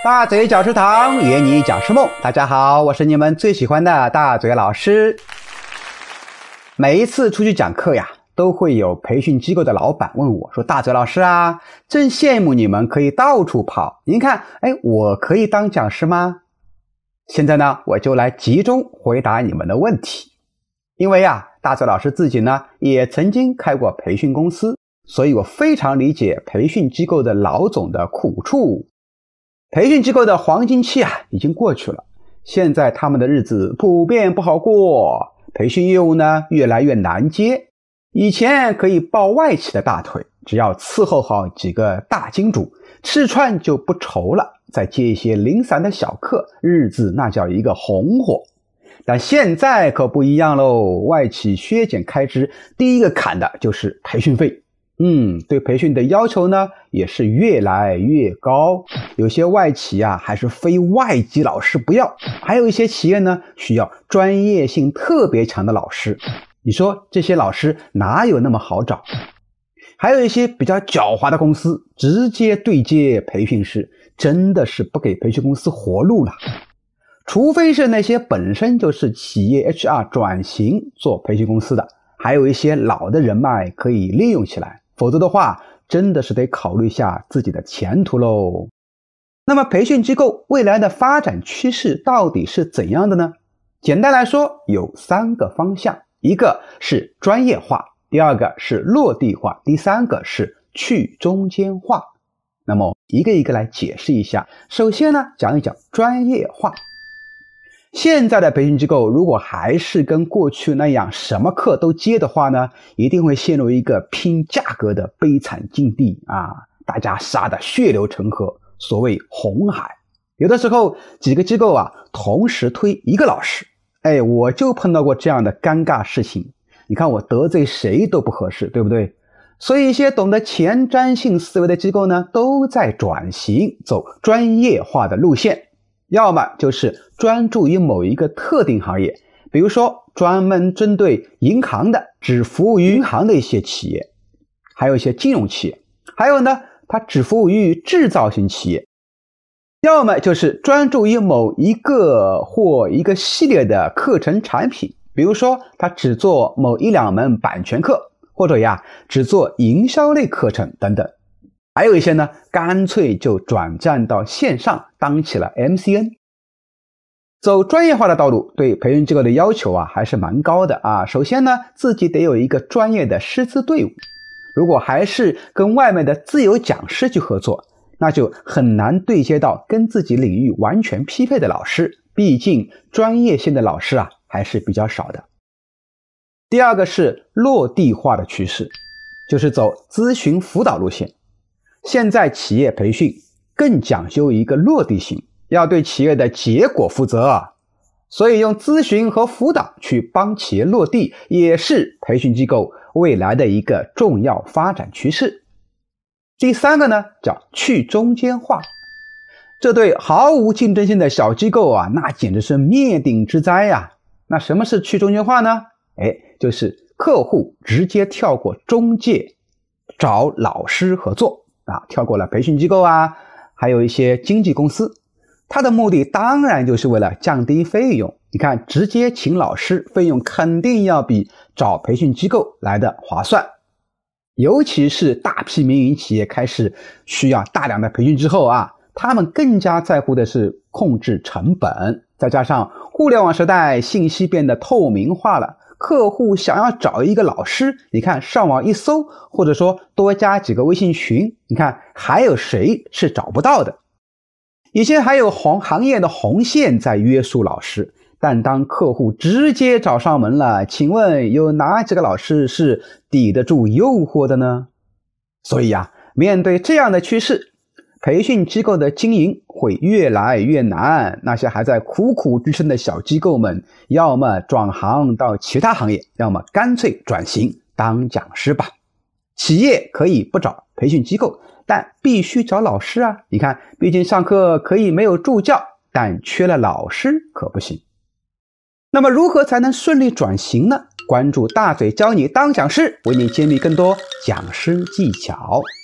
大嘴讲师堂，圆你讲师梦。大家好，我是你们最喜欢的大嘴老师。每一次出去讲课呀，都会有培训机构的老板问我说，大嘴老师啊，真羡慕你们可以到处跑，您看，我可以当讲师吗？现在呢，我就来集中回答你们的问题。因为呀，大嘴老师自己呢，也曾经开过培训公司，所以我非常理解培训机构的老总的苦处。培训机构的黄金期已经过去了，现在他们的日子普遍不好过，培训业务呢越来越难接。以前可以抱外企的大腿，只要伺候好几个大金主，吃穿就不愁了，再接一些零散的小课，日子那叫一个红火。但现在可不一样喽，外企削减开支，第一个砍的就是培训费。对培训的要求呢也是越来越高，有些外企还是非外籍老师不要，还有一些企业呢需要专业性特别强的老师。你说这些老师哪有那么好找？还有一些比较狡猾的公司，直接对接培训师，真的是不给培训公司活路了。除非是那些本身就是企业 HR 转型做培训公司的，还有一些老的人脉可以利用起来，否则的话真的是得考虑下自己的前途喽。那么培训机构未来的发展趋势到底是怎样的呢？简单来说有3个方向，一个是专业化，第二个是落地化，第三个是去中间化。那么一个一个来解释一下。首先呢，讲一讲专业化。现在的培训机构如果还是跟过去那样什么课都接的话呢，一定会陷入一个拼价格的悲惨境地大家杀得血流成河，所谓红海。有的时候几个机构同时推一个老师，我就碰到过这样的尴尬事情。你看我得罪谁都不合适，对不对？所以一些懂得前瞻性思维的机构呢，都在转型走专业化的路线，要么就是专注于某一个特定行业，比如说专门针对银行的，只服务于银行的一些企业，还有一些金融企业，还有呢，它只服务于制造型企业。要么就是专注于某一个或一个系列的课程产品，比如说它只做某1-2门版权课，或者只做营销类课程等等。还有一些呢，干脆就转战到线上，当起了 MCN。 走专业化的道路对培训机构的要求还是蛮高的首先呢，自己得有一个专业的师资队伍。如果还是跟外面的自由讲师去合作，那就很难对接到跟自己领域完全匹配的老师，毕竟专业性的老师还是比较少的。第二个是落地化的趋势，就是走咨询辅导路线。现在企业培训更讲究一个落地性，要对企业的结果负责所以用咨询和辅导去帮企业落地，也是培训机构未来的一个重要发展趋势。第三个呢，叫去中间化。这对毫无竞争性的小机构那简直是灭顶之灾那什么是去中间化呢？就是客户直接跳过中介找老师合作跳过了培训机构还有一些经纪公司。它的目的当然就是为了降低费用。你看，直接请老师费用肯定要比找培训机构来的划算。尤其是大批民营企业开始需要大量的培训之后他们更加在乎的是控制成本。再加上互联网时代，信息变得透明化了，客户想要找一个老师，你看上网一搜，或者说多加几个微信群，你看还有谁是找不到的。以前还有行业的红线在约束老师，但当客户直接找上门了，请问有哪几个老师是抵得住诱惑的呢？所以面对这样的趋势，培训机构的经营会越来越难。那些还在苦苦支撑的小机构们，要么转行到其他行业，要么干脆转型当讲师吧。企业可以不找培训机构，但必须找老师你看，毕竟上课可以没有助教，但缺了老师可不行。那么如何才能顺利转型呢？关注大嘴教你当讲师，为你揭秘更多讲师技巧。